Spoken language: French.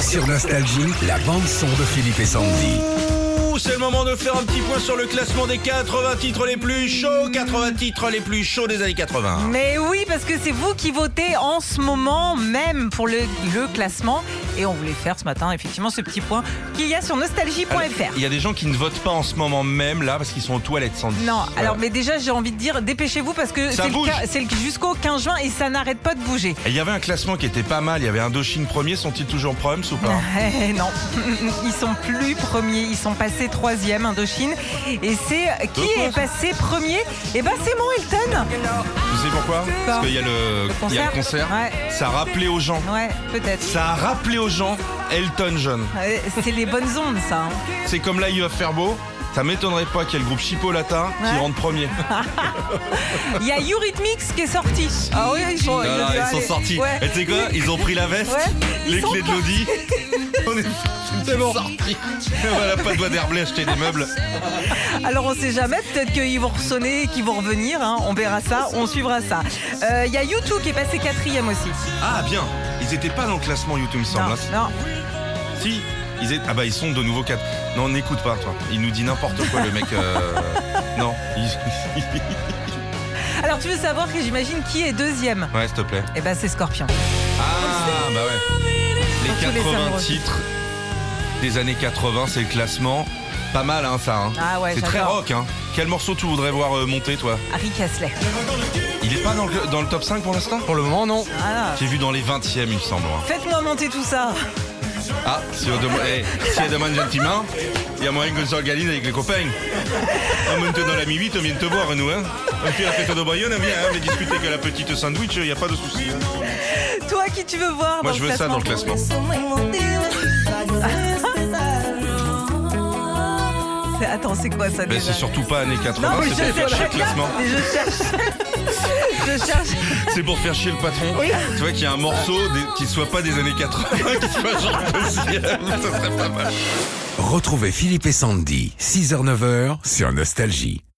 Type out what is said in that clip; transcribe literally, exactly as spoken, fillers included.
Sur Nostalgie, la bande-son de Philippe et Sandy. Ouh, c'est le moment de faire un petit point sur le classement des quatre-vingts titres les plus chauds. quatre-vingts titres les plus chauds des années quatre-vingts. Mais oui, parce que c'est vous qui votez en ce moment même pour le, le classement. Et on voulait faire ce matin, effectivement, ce petit point qu'il y a sur nostalgie point f r. Il y a des gens qui ne votent pas en ce moment même, là, parce qu'ils sont aux toilettes, Sandy. Non, Voilà. alors, mais déjà, j'ai envie de dire, dépêchez-vous parce que Ça c'est, le, bouge. quin- c'est le- jusqu'au quinze juin et ça n'arrête pas de bouger. Et il y avait un classement qui était pas mal. Il y avait Indochine premier. Sont-ils toujours Proms ou pas? Eh, non, ils sont plus premiers, ils sont passés troisième, Indochine. Et c'est qui Donc, est passé premier? Eh ben, c'est Mon Elton. Tu sais pourquoi? Parce qu'il y a le, Le il y a le concert. concert. Ouais. Ça a rappelé aux gens. Ouais, peut-être. Ça a rappelé aux gens Elton John. Euh, C'est les bonnes ondes, ça. hein. C'est comme là, il va faire beau. Ça m'étonnerait pas qu'il y ait le groupe Chipolata qui Ouais. rentre premier. Il y a Eurythmics qui est sorti. Ah oui, ils sont, Non, non, dit, ils sont allez. sortis. Ouais. Et tu sais quoi? Ils ont pris la veste, Ouais, ils les sont clés de l'audi. On est c'est bon. sortis. Voilà, pas de doigt d'herblé, acheter des meubles. Alors on sait jamais, peut-être qu'ils vont ressonner, qu'ils vont revenir. hein. On verra ça, on suivra ça. Euh, Il y a U deux qui est passé quatrième aussi. Ah, bien. Ils étaient pas dans le classement YouTube, il me semble. Non, hein. non. Si. Ils étaient... Ah bah ils sont de nouveau quatre. Non, n'écoute pas, toi. Il nous dit n'importe quoi, le mec. euh, Non. Il- Alors tu veux savoir que j'imagine qui est deuxième? Ouais, s'il te plaît. Eh ben c'est Scorpion. Ah, bah ouais. Les Pour tous les quatre-vingts amoureux. titres des années quatre-vingts, c'est le classement. Pas mal, hein, ça. hein. Ah ouais, c'est très j'adore. rock, hein. Quel morceau tu voudrais voir euh, monter, toi? Harry Castley. Il est pas dans le, dans le top cinq pour l'instant? Pour le moment, non. Ah, J'ai vu dans les vingtièmes, il me semble. hein. faites-moi monter tout ça. Ah, si on demande, eh, si elle demande gentiment, il y a moyen qu'on s'organise avec les copains. On monte dans la mi huit, on vient te voir, nous. Hein. On fait la fête de Bayonne, on vient, hein, on vient discuter avec la petite sandwich, il n'y a pas de souci. hein. Toi qui tu veux voir Moi, dans je le veux ça dans le classement. C'est- Attends, c'est quoi ça Ben, déjà? c'est surtout pas années quatre-vingts, Non, mais c'est je pour faire sais chier pas. le classement. Mais je cherche. je cherche. C'est pour faire chier le patron. Tu vois qu'il y a un morceau des- qui soit pas des années quatre-vingts, qui soit genre deuxième, ça serait pas mal. Retrouvez Philippe et Sandy, six heures neuf heures sur Nostalgie.